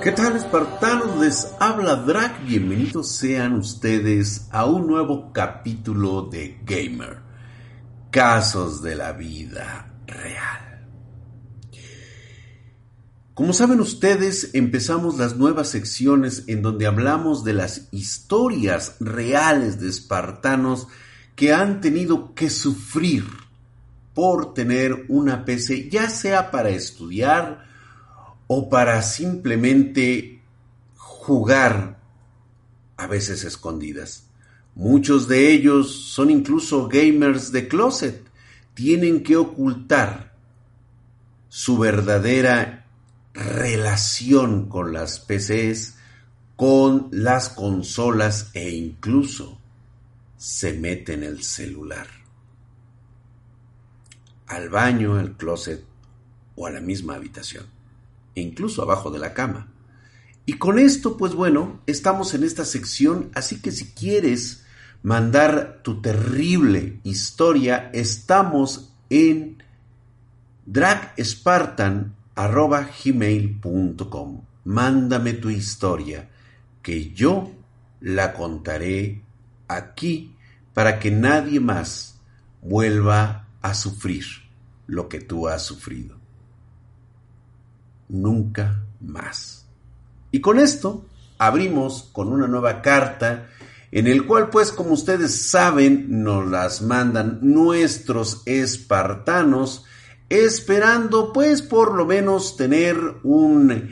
¿Qué tal, espartanos? Les habla Drac. Bienvenidos sean ustedes a un nuevo capítulo de Gamer. Casos de la vida real. Como saben ustedes, empezamos las nuevas secciones en donde hablamos de las historias reales de espartanos que han tenido que sufrir por tener una PC, ya sea para estudiar o para simplemente jugar, a veces escondidas. Muchos de ellos son incluso gamers de closet. Tienen que ocultar su verdadera relación con las PCs, con las consolas e incluso se meten el celular al baño, al closet o a la misma habitación, e incluso abajo de la cama. Y con esto, pues bueno, estamos en esta sección, así que si quieres mandar tu terrible historia, estamos en dragspartan@gmail.com. Mándame tu historia, que yo la contaré aquí para que nadie más vuelva a sufrir lo que tú has sufrido. Nunca más. Y con esto abrimos con una nueva carta en el cual, pues, como ustedes saben, nos las mandan nuestros espartanos, esperando, pues, por lo menos tener un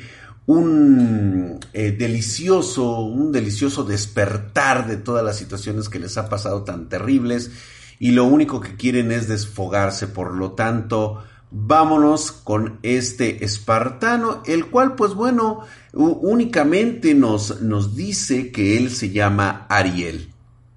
delicioso despertar de todas las situaciones que les ha pasado tan terribles, y lo único que quieren es desfogarse. Por lo tanto, vámonos con este espartano, el cual, pues bueno, únicamente nos dice que él se llama Ariel.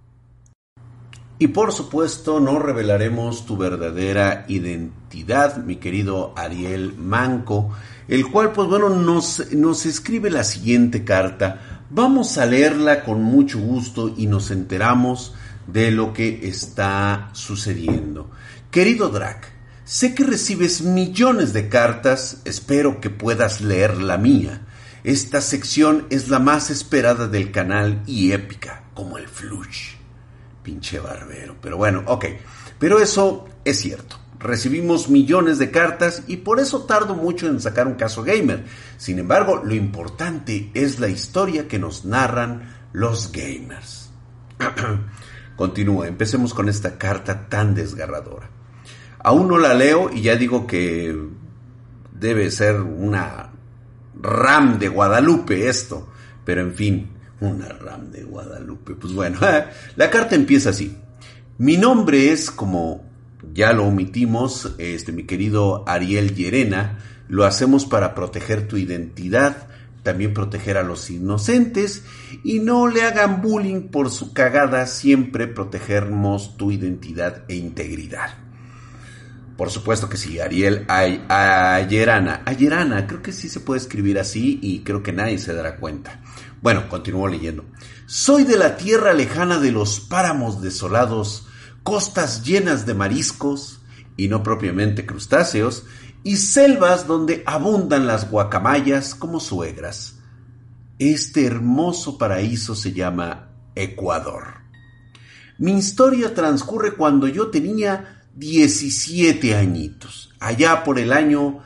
Y por supuesto no revelaremos tu verdadera identidad, mi querido Ariel Manco, el cual, pues bueno, nos escribe la siguiente carta. Vamos a leerla con mucho gusto y nos enteramos de lo que está sucediendo. Querido Drac, sé que recibes millones de cartas, espero que puedas leer la mía. Esta sección es la más esperada del canal y épica, como el Flush. Pinche barbero, pero bueno, ok. Pero eso es cierto. Recibimos millones de cartas y por eso tardo mucho en sacar un caso gamer. Sin embargo, lo importante es la historia que nos narran los gamers. Continúa, empecemos con esta carta tan desgarradora. Aún no la leo y ya digo que debe ser una RAM de Guadalupe esto. Pero en fin, una RAM de Guadalupe. Pues bueno, la carta empieza así. Mi nombre es, como ya lo omitimos, mi querido Ariel Llerena. Lo hacemos para proteger tu identidad, también proteger a los inocentes y no le hagan bullying por su cagada. Siempre protegemos tu identidad e integridad. Por supuesto que sí, Ariel Ayerana, creo que sí se puede escribir así y creo que nadie se dará cuenta. Bueno, continúo leyendo. Soy de la tierra lejana de los páramos desolados, costas llenas de mariscos, y no propiamente crustáceos, y selvas donde abundan las guacamayas como suegras. Este hermoso paraíso se llama Ecuador. Mi historia transcurre cuando yo tenía 17 añitos, allá por el año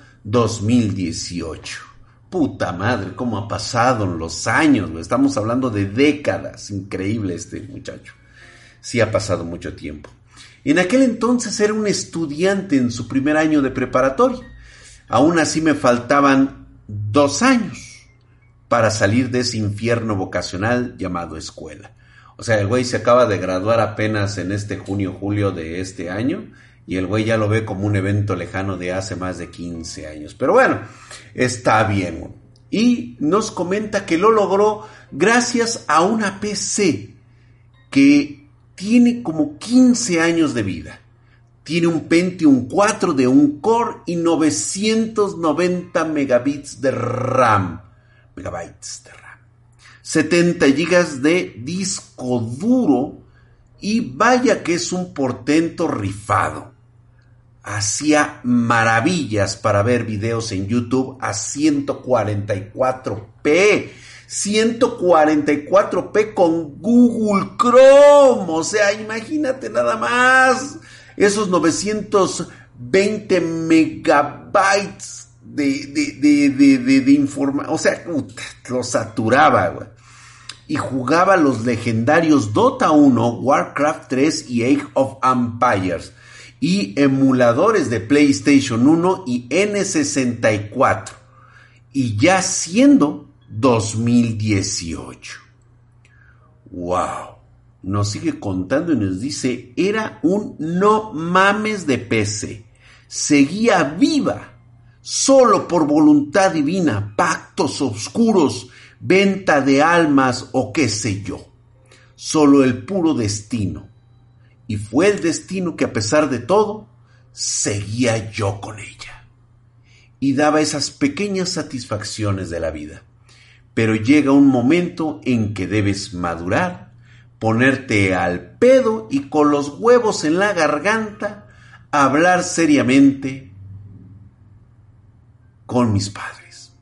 2018. Puta madre, cómo ha pasado en los años, estamos hablando de décadas. Increíble este muchacho. Sí ha pasado mucho tiempo. En aquel entonces era un estudiante en su primer año de preparatoria. Aún así me faltaban 2 años para salir de ese infierno vocacional llamado escuela. O sea, el güey se acaba de graduar apenas en este junio-julio de este año y el güey ya lo ve como un evento lejano de hace más de 15 años. Pero bueno, está bien. Y nos comenta que lo logró gracias a una PC que tiene como 15 años de vida. Tiene un Pentium 4 de un core y 990 megabytes de RAM. 70 gigas de disco duro y vaya que es un portento rifado. hacía maravillas para ver videos en YouTube a 144p. 144p con Google Chrome. O sea, imagínate nada más. Esos 920 megabytes de información. O sea, lo saturaba, güey. Y jugaba los legendarios Dota 1, Warcraft 3 y Age of Empires. Y emuladores de PlayStation 1 y N64. Y ya siendo 2018. ¡Wow! Nos sigue contando y nos dice, era un no mames de PC. Seguía viva, solo por voluntad divina, pactos oscuros, venta de almas o qué sé yo. Solo el puro destino. Y fue el destino que a pesar de todo, seguía yo con ella. Y daba esas pequeñas satisfacciones de la vida. Pero llega un momento en que debes madurar, ponerte al pedo y con los huevos en la garganta, hablar seriamente con mis padres.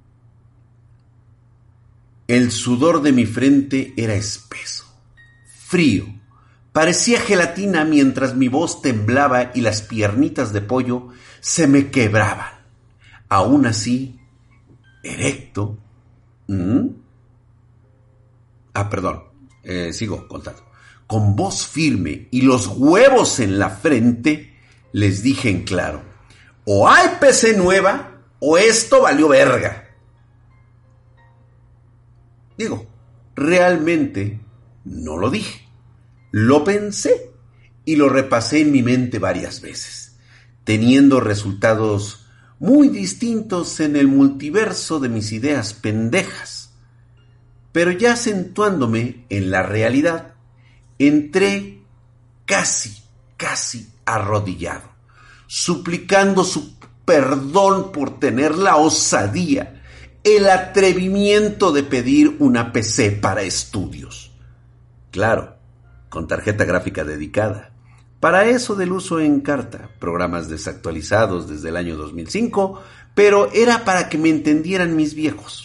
El sudor de mi frente era espeso, frío, parecía gelatina mientras mi voz temblaba y las piernitas de pollo se me quebraban. Aún así, erecto. Sigo contando. Con voz firme y los huevos en la frente, les dije en claro, o hay PC nueva o esto valió verga. Digo, realmente no lo dije. Lo pensé y lo repasé en mi mente varias veces, teniendo resultados muy distintos en el multiverso de mis ideas pendejas. Pero ya acentuándome en la realidad, entré casi arrodillado, suplicando su perdón por tener la osadía, el atrevimiento de pedir una PC para estudios. Claro, con tarjeta gráfica dedicada. Para eso del uso en carta, programas desactualizados desde el año 2005, pero era para que me entendieran mis viejos.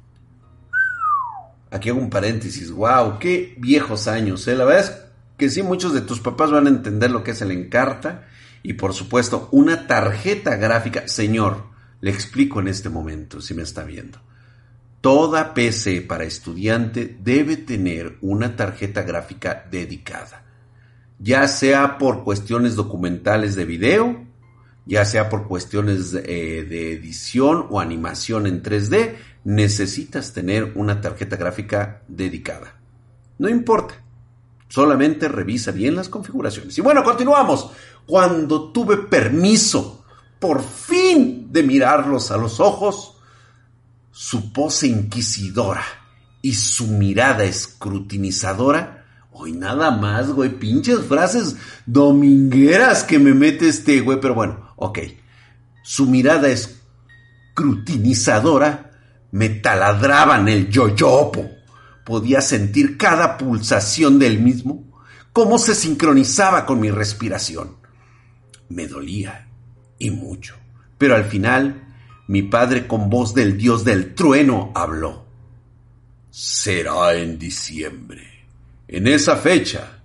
Aquí hago un paréntesis, wow, qué viejos años, La verdad es que sí, muchos de tus papás van a entender lo que es el Encarta y por supuesto una tarjeta gráfica. Señor, le explico en este momento, si me está viendo. Toda PC para estudiante debe tener una tarjeta gráfica dedicada, ya sea por cuestiones documentales de video, ya sea por cuestiones de edición o animación en 3D, necesitas tener una tarjeta gráfica dedicada. No importa, solamente revisa bien las configuraciones. Y bueno, continuamos. Cuando tuve permiso, por fin, de mirarlos a los ojos, su pose inquisidora y su mirada escrutinizadora. Hoy nada más, güey, pinches frases domingueras que me mete este güey, pero bueno, ok. Su mirada escrutinizadora me taladraban el yoyopo. Podía sentir cada pulsación del mismo, cómo se sincronizaba con mi respiración. Me dolía, y mucho, pero al final, mi padre con voz del dios del trueno habló. Será en diciembre. En esa fecha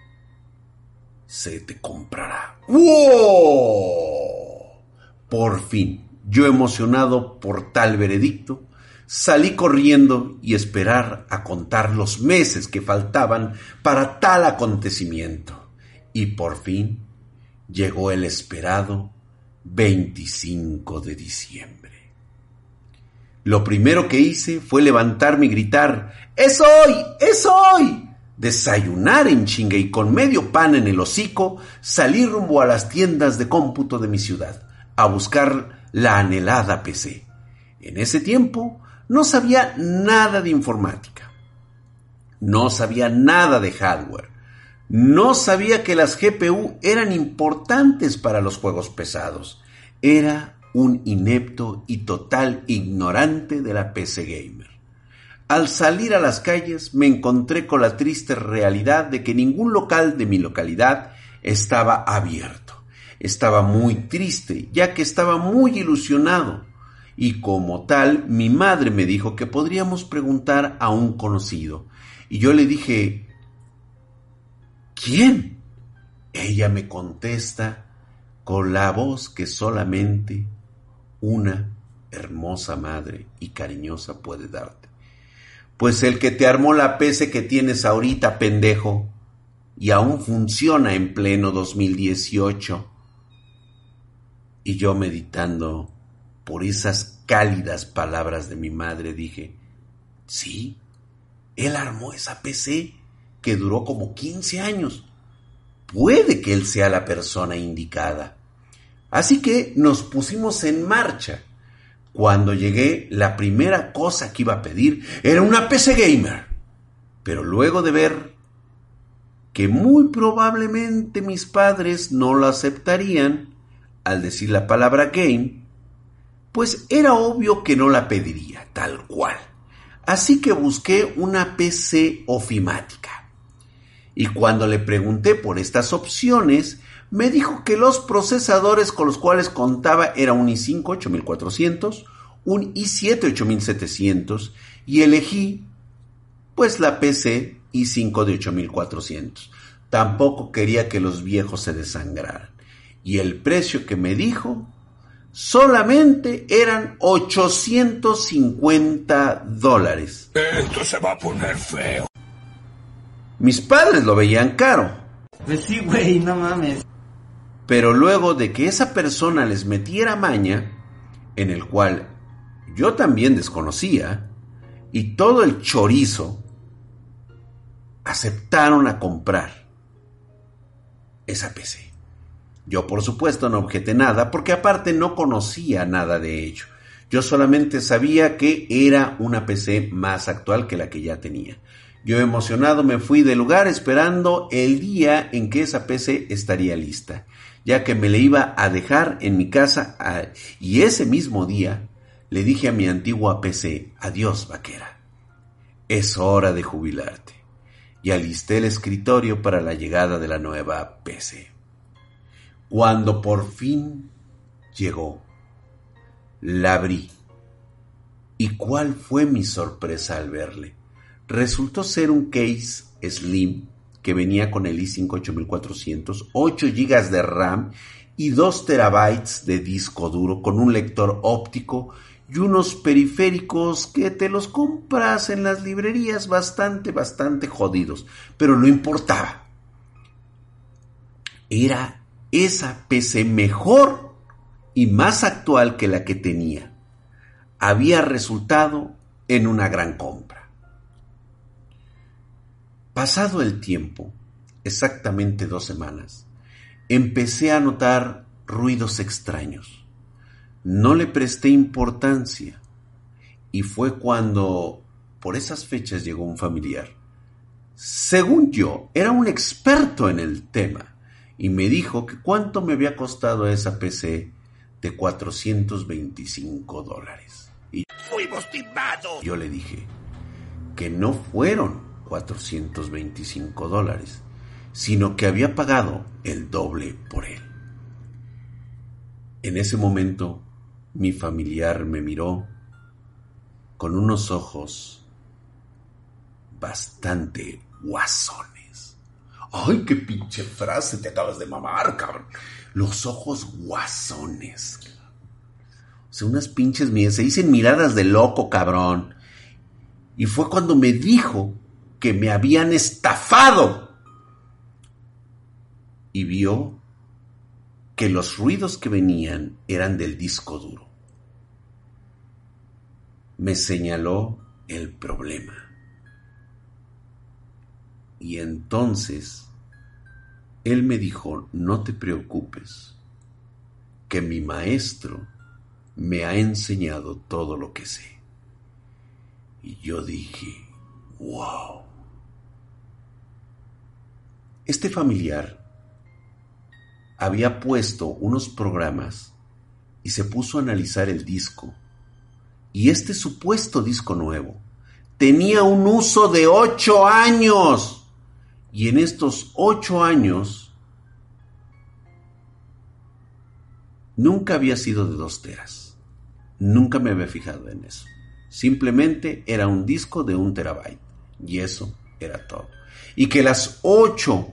se te comprará. ¡Wow! Por fin, yo emocionado por tal veredicto, salí corriendo y esperar a contar los meses que faltaban para tal acontecimiento. Y por fin llegó el esperado 25 de diciembre. Lo primero que hice fue levantarme y gritar, ¡Es hoy! ¡Es hoy! Desayunar en chinga y con medio pan en el hocico, salí rumbo a las tiendas de cómputo de mi ciudad, a buscar la anhelada PC. En ese tiempo no sabía nada de informática, no sabía nada de hardware, no sabía que las GPU eran importantes para los juegos pesados. Era un inepto y total ignorante de la PC gamer. Al salir a las calles me encontré con la triste realidad de que ningún local de mi localidad estaba abierto. Estaba muy triste, ya que estaba muy ilusionado, y como tal, mi madre me dijo que podríamos preguntar a un conocido. Y yo le dije, ¿quién? Ella me contesta con la voz que solamente una hermosa madre y cariñosa puede darte. Pues el que te armó la PC que tienes ahorita, pendejo, y aún funciona en pleno 2018. Y yo, meditando por esas cálidas palabras de mi madre, dije, sí, él armó esa PC que duró como 15 años. Puede que él sea la persona indicada. Así que nos pusimos en marcha. Cuando llegué, la primera cosa que iba a pedir era una PC gamer. Pero luego de ver que muy probablemente mis padres no la aceptarían al decir la palabra game, pues era obvio que no la pediría tal cual. Así que busqué una PC ofimática. Y cuando le pregunté por estas opciones, me dijo que los procesadores con los cuales contaba era un i5 8400, un i7 8700 y elegí pues la PC i5 de 8400. Tampoco quería que los viejos se desangraran. Y el precio que me dijo solamente eran $850. Esto se va a poner feo. Mis padres lo veían caro. Pues sí, güey, no mames. Pero luego de que esa persona les metiera maña, en el cual yo también desconocía, y todo el chorizo, aceptaron a comprar esa PC. Yo, por supuesto, no objeté nada, porque aparte no conocía nada de ello. Yo solamente sabía que era una PC más actual que la que ya tenía. Yo, emocionado, me fui del lugar esperando el día en que esa PC estaría lista, ya que me la iba a dejar en mi casa, y ese mismo día le dije a mi antigua PC, adiós, vaquera, es hora de jubilarte, y alisté el escritorio para la llegada de la nueva PC. Cuando por fin llegó, la abrí, y ¿cuál fue mi sorpresa al verle? Resultó ser un case slim que venía con el i5 8400, 8 GB de RAM y 2 TB de disco duro con un lector óptico y unos periféricos que te los compras en las librerías bastante jodidos, pero no importaba. Era esa PC mejor y más actual que la que tenía. Había resultado en una gran compra. Pasado el tiempo, exactamente 2 semanas, empecé a notar ruidos extraños. No le presté importancia y fue cuando por esas fechas llegó un familiar. Según yo, era un experto en el tema y me dijo que cuánto me había costado esa PC de $425. Y ¡Fuimos timados! yo le dije que no fueron $425, sino que había pagado el doble por él. En ese momento, mi familiar me miró con unos ojos bastante guasones. ¡Ay, qué pinche frase te acabas de mamar, cabrón! Los ojos guasones. O sea, unas pinches miradas, se dicen miradas de loco, cabrón. Y fue cuando me dijo que me habían estafado. Y vio que los ruidos que venían eran del disco duro. Me señaló el problema. Y entonces él me dijo, no te preocupes, que mi maestro me ha enseñado todo lo que sé. Y yo dije, wow. Este familiar había puesto unos programas y se puso a analizar el disco. Y este supuesto disco nuevo tenía un uso de 8 años. Y en estos 8 años Nunca había sido de 2 teras. Nunca me había fijado en eso. Simplemente era un disco de 1 terabyte. Y eso era todo. Y que las 8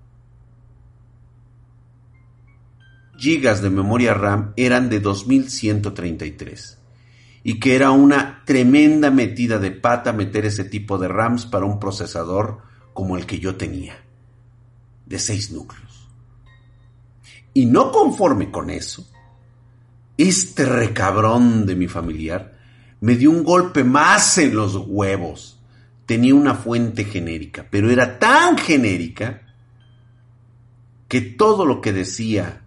gigas de memoria RAM eran de 2133. Y que era una tremenda metida de pata meter ese tipo de RAMs para un procesador como el que yo tenía, de 6 núcleos. Y no conforme con eso, este recabrón de mi familiar me dio un golpe más en los huevos. Tenía una fuente genérica, pero era tan genérica que todo lo que decía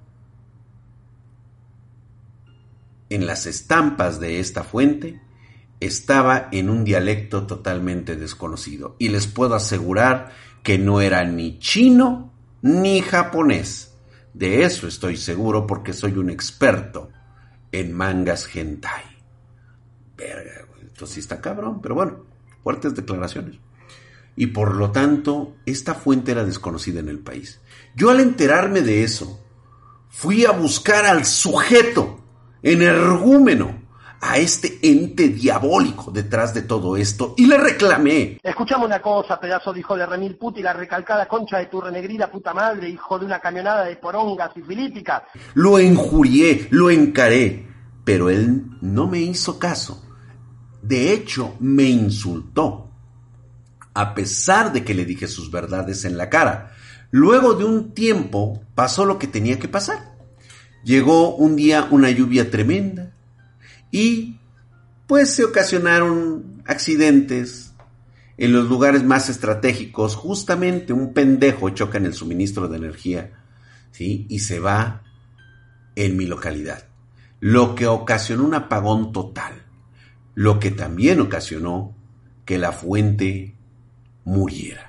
en las estampas de esta fuente estaba en un dialecto totalmente desconocido. Y les puedo asegurar que no era ni chino ni japonés. De eso estoy seguro porque soy un experto en mangas hentai. Verga, güey, esto sí está cabrón, pero bueno, fuertes declaraciones. Y por lo tanto, esta fuente era desconocida en el país. Yo al enterarme de eso, fui a buscar al sujeto energúmeno, a este ente diabólico detrás de todo esto, y le reclamé. Escuchame una cosa, pedazo de hijo de remil puta y la recalcada concha de tu renegrida puta madre, hijo de una camionada de porongas y filípicas. Lo injurié, lo encaré, pero él no me hizo caso. De hecho, me insultó, a pesar de que le dije sus verdades en la cara. Luego de un tiempo, pasó lo que tenía que pasar. Llegó un día una lluvia tremenda y pues se ocasionaron accidentes en los lugares más estratégicos. Justamente un pendejo choca en el suministro de energía, ¿sí? Y se va en mi localidad, lo que ocasionó un apagón total, lo que también ocasionó que la fuente muriera.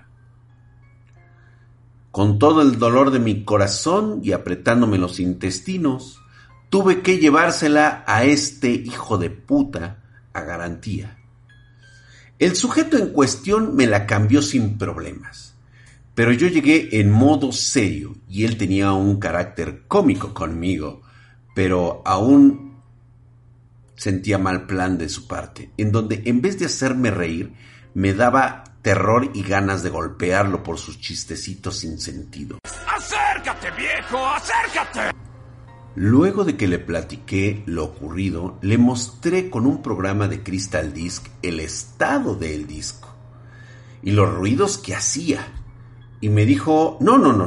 Con todo el dolor de mi corazón y apretándome los intestinos, tuve que llevársela a este hijo de puta a garantía. El sujeto en cuestión me la cambió sin problemas, pero yo llegué en modo serio y él tenía un carácter cómico conmigo, pero aún sentía mal plan de su parte, en donde en vez de hacerme reír, me daba terror y ganas de golpearlo por sus chistecitos sin sentido. ¡Acércate, viejo! ¡Acércate! Luego de que le platiqué lo ocurrido, le mostré con un programa de Crystal Disk el estado del disco y los ruidos que hacía. Y me dijo,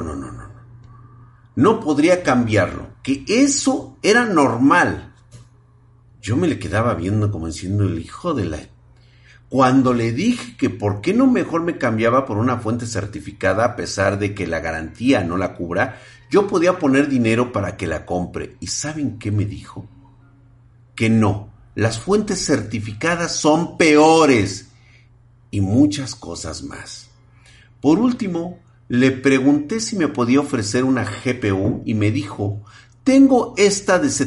no podría cambiarlo, que eso era normal. Yo me le quedaba viendo como diciendo, el hijo de la... Cuando le dije que por qué no mejor me cambiaba por una fuente certificada a pesar de que la garantía no la cubra, yo podía poner dinero para que la compre. ¿Y saben qué me dijo? Que no, las fuentes certificadas son peores y muchas cosas más. Por último, le pregunté si me podía ofrecer una GPU y me dijo, tengo esta de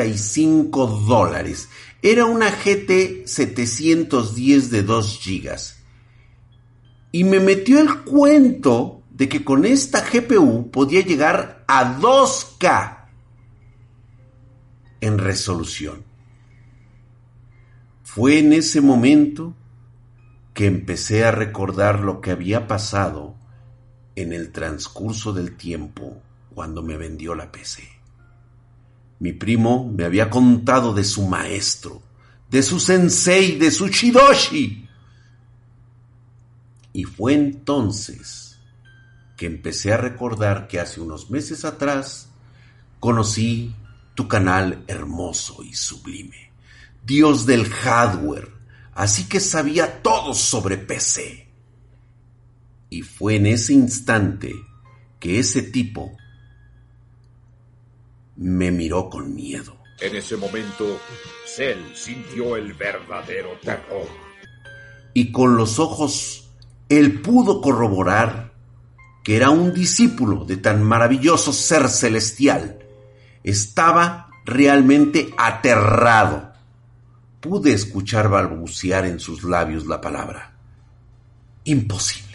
$75. Era una GT 710 de 2 GB. Y me metió el cuento de que con esta GPU podía llegar a 2K en resolución. Fue en ese momento que empecé a recordar lo que había pasado en el transcurso del tiempo cuando me vendió la PC. Mi primo me había contado de su maestro, de su sensei, de su shidoshi. Y fue entonces que empecé a recordar que hace unos meses atrás conocí tu canal hermoso y sublime, Dios del hardware, así que sabía todo sobre PC. Y fue en ese instante que ese tipo me miró con miedo. En ese momento, Cell sintió el verdadero terror. Y con los ojos, él pudo corroborar que era un discípulo de tan maravilloso ser celestial. Estaba realmente aterrado. Pude escuchar balbucear en sus labios la palabra: imposible.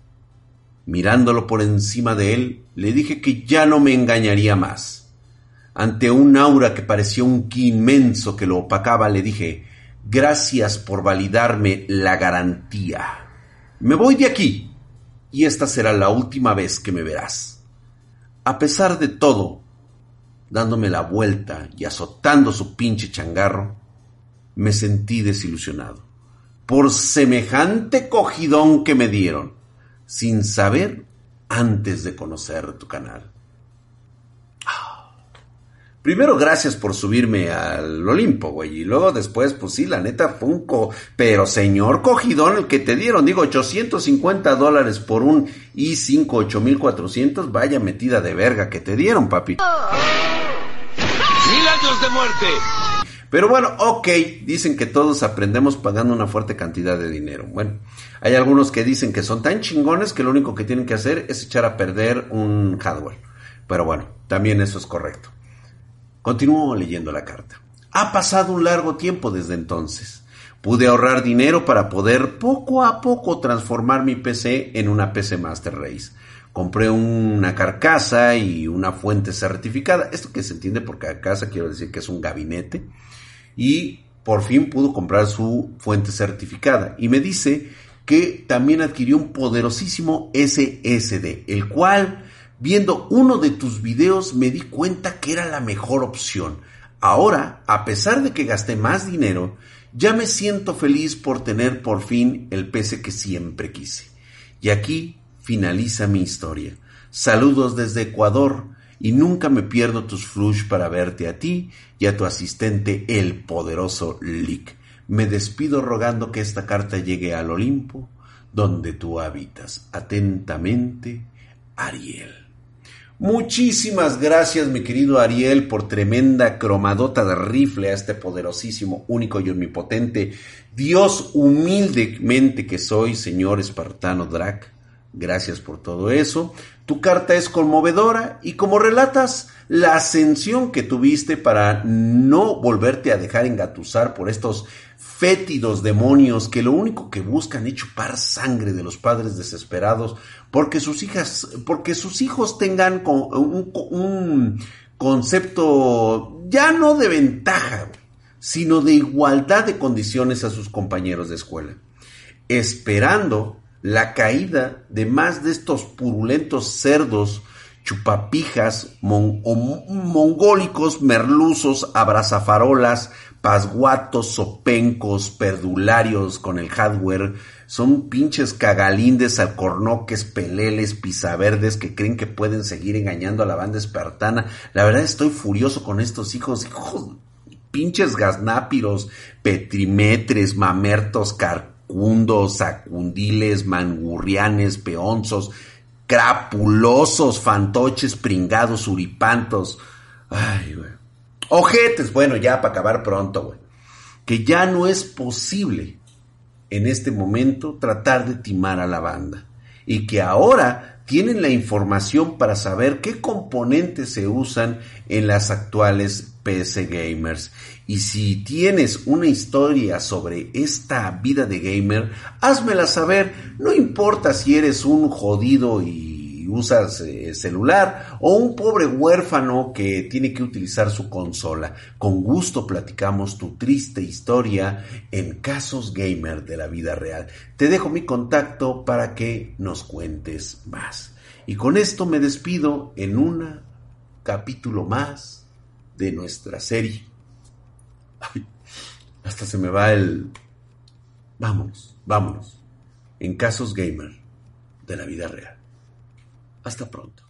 Mirándolo por encima de él, le dije que ya no me engañaría más. Ante un aura que parecía un ki inmenso que lo opacaba, le dije: gracias por validarme la garantía. Me voy de aquí, y esta será la última vez que me verás. A pesar de todo, dándome la vuelta y azotando su pinche changarro, me sentí desilusionado por semejante cogidón que me dieron, sin saber antes de conocer tu canal. Primero, gracias por subirme al Olimpo, güey. Y luego después, pues sí, la neta, Funko. Pero señor cogidón el que te dieron. Digo, $850 por un i5 8400. Vaya metida de verga que te dieron, papi. 1000 años de muerte. Pero bueno, ok. Dicen que todos aprendemos pagando una fuerte cantidad de dinero. Bueno, hay algunos que dicen que son tan chingones que lo único que tienen que hacer es echar a perder un hardware. Pero bueno, también eso es correcto. Continúo leyendo la carta. Ha pasado un largo tiempo desde entonces. Pude ahorrar dinero para poder poco a poco transformar mi PC en una PC Master Race. Compré una carcasa y una fuente certificada. Esto que se entiende por carcasa quiero decir que es un gabinete. Y por fin pudo comprar su fuente certificada. Y me dice que también adquirió un poderosísimo SSD, el cual, viendo uno de tus videos, me di cuenta que era la mejor opción. Ahora, a pesar de que gasté más dinero, ya me siento feliz por tener por fin el PC que siempre quise. Y aquí finaliza mi historia. Saludos desde Ecuador, y nunca me pierdo tus flush para verte a ti y a tu asistente, el poderoso Lick. Me despido rogando que esta carta llegue al Olimpo, donde tú habitas. Atentamente, Ariel. Muchísimas gracias, mi querido Ariel, por tremenda cromadota de rifle a este poderosísimo, único y omnipotente Dios humildemente que soy, señor espartano Drac. Gracias por todo eso. Tu carta es conmovedora y como relatas la ascensión que tuviste para no volverte a dejar engatusar por estos fétidos demonios que lo único que buscan es chupar sangre de los padres desesperados porque sus hijos tengan un concepto ya no de ventaja, sino de igualdad de condiciones a sus compañeros de escuela, esperando la caída de más de estos purulentos cerdos, chupapijas, mongólicos, merluzos, abrazafarolas, pasguatos, sopencos, perdularios con el hardware. Son pinches cagalindes, alcornoques, peleles, pisaverdes que creen que pueden seguir engañando a la banda espartana. La verdad estoy furioso con estos hijos pinches gaznápiros, petrimetres, mamertos, carcundos, sacundiles, mangurrianes, peonzos, crapulosos, fantoches, pringados, uripantos. Ay, güey. Ojetes, bueno, ya para acabar pronto, güey. Que ya no es posible en este momento tratar de timar a la banda. Y que ahora tienen la información para saber qué componentes se usan en las actuales PC gamers. Y si tienes una historia sobre esta vida de gamer, házmela saber. No importa si eres un jodido y usas celular o un pobre huérfano que tiene que utilizar su consola. Con gusto platicamos tu triste historia en Casos Gamer de la vida real. Te dejo mi contacto para que nos cuentes más. Y con esto me despido en un capítulo más de nuestra serie. Ay, hasta se me va el... Vámonos. En Casos Gamer de la vida real. Hasta pronto.